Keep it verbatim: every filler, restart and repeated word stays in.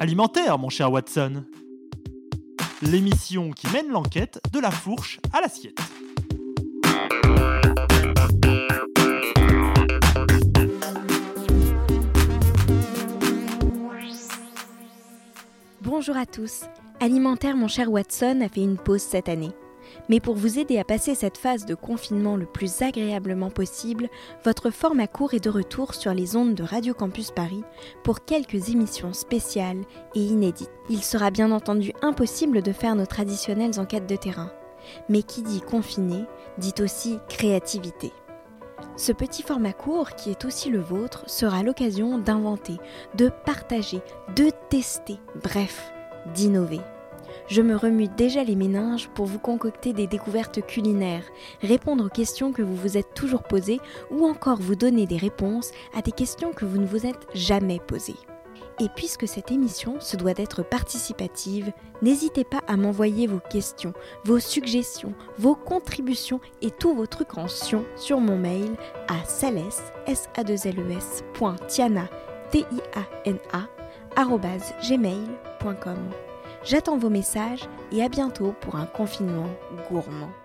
Alimentaire, mon cher Watson. L'émission qui mène l'enquête de la fourche à l'assiette. Bonjour à tous. Alimentaire, mon cher Watson a fait une pause cette année. Mais pour vous aider à passer cette phase de confinement le plus agréablement possible, votre format court est de retour sur les ondes de Radio Campus Paris pour quelques émissions spéciales et inédites. Il sera bien entendu impossible de faire nos traditionnelles enquêtes de terrain. Mais qui dit confiné, dit aussi créativité. Ce petit format court, qui est aussi le vôtre, sera l'occasion d'inventer, de partager, de tester, bref, d'innover. Je me remue déjà les méninges pour vous concocter des découvertes culinaires, répondre aux questions que vous vous êtes toujours posées ou encore vous donner des réponses à des questions que vous ne vous êtes jamais posées. Et puisque cette émission se doit d'être participative, n'hésitez pas à m'envoyer vos questions, vos suggestions, vos contributions et tous vos trucs en sion sur mon mail à sales, s a deux l e s point tiana, t i a n a, arobase gmail point com. J'attends vos messages et à bientôt pour un confinement gourmand.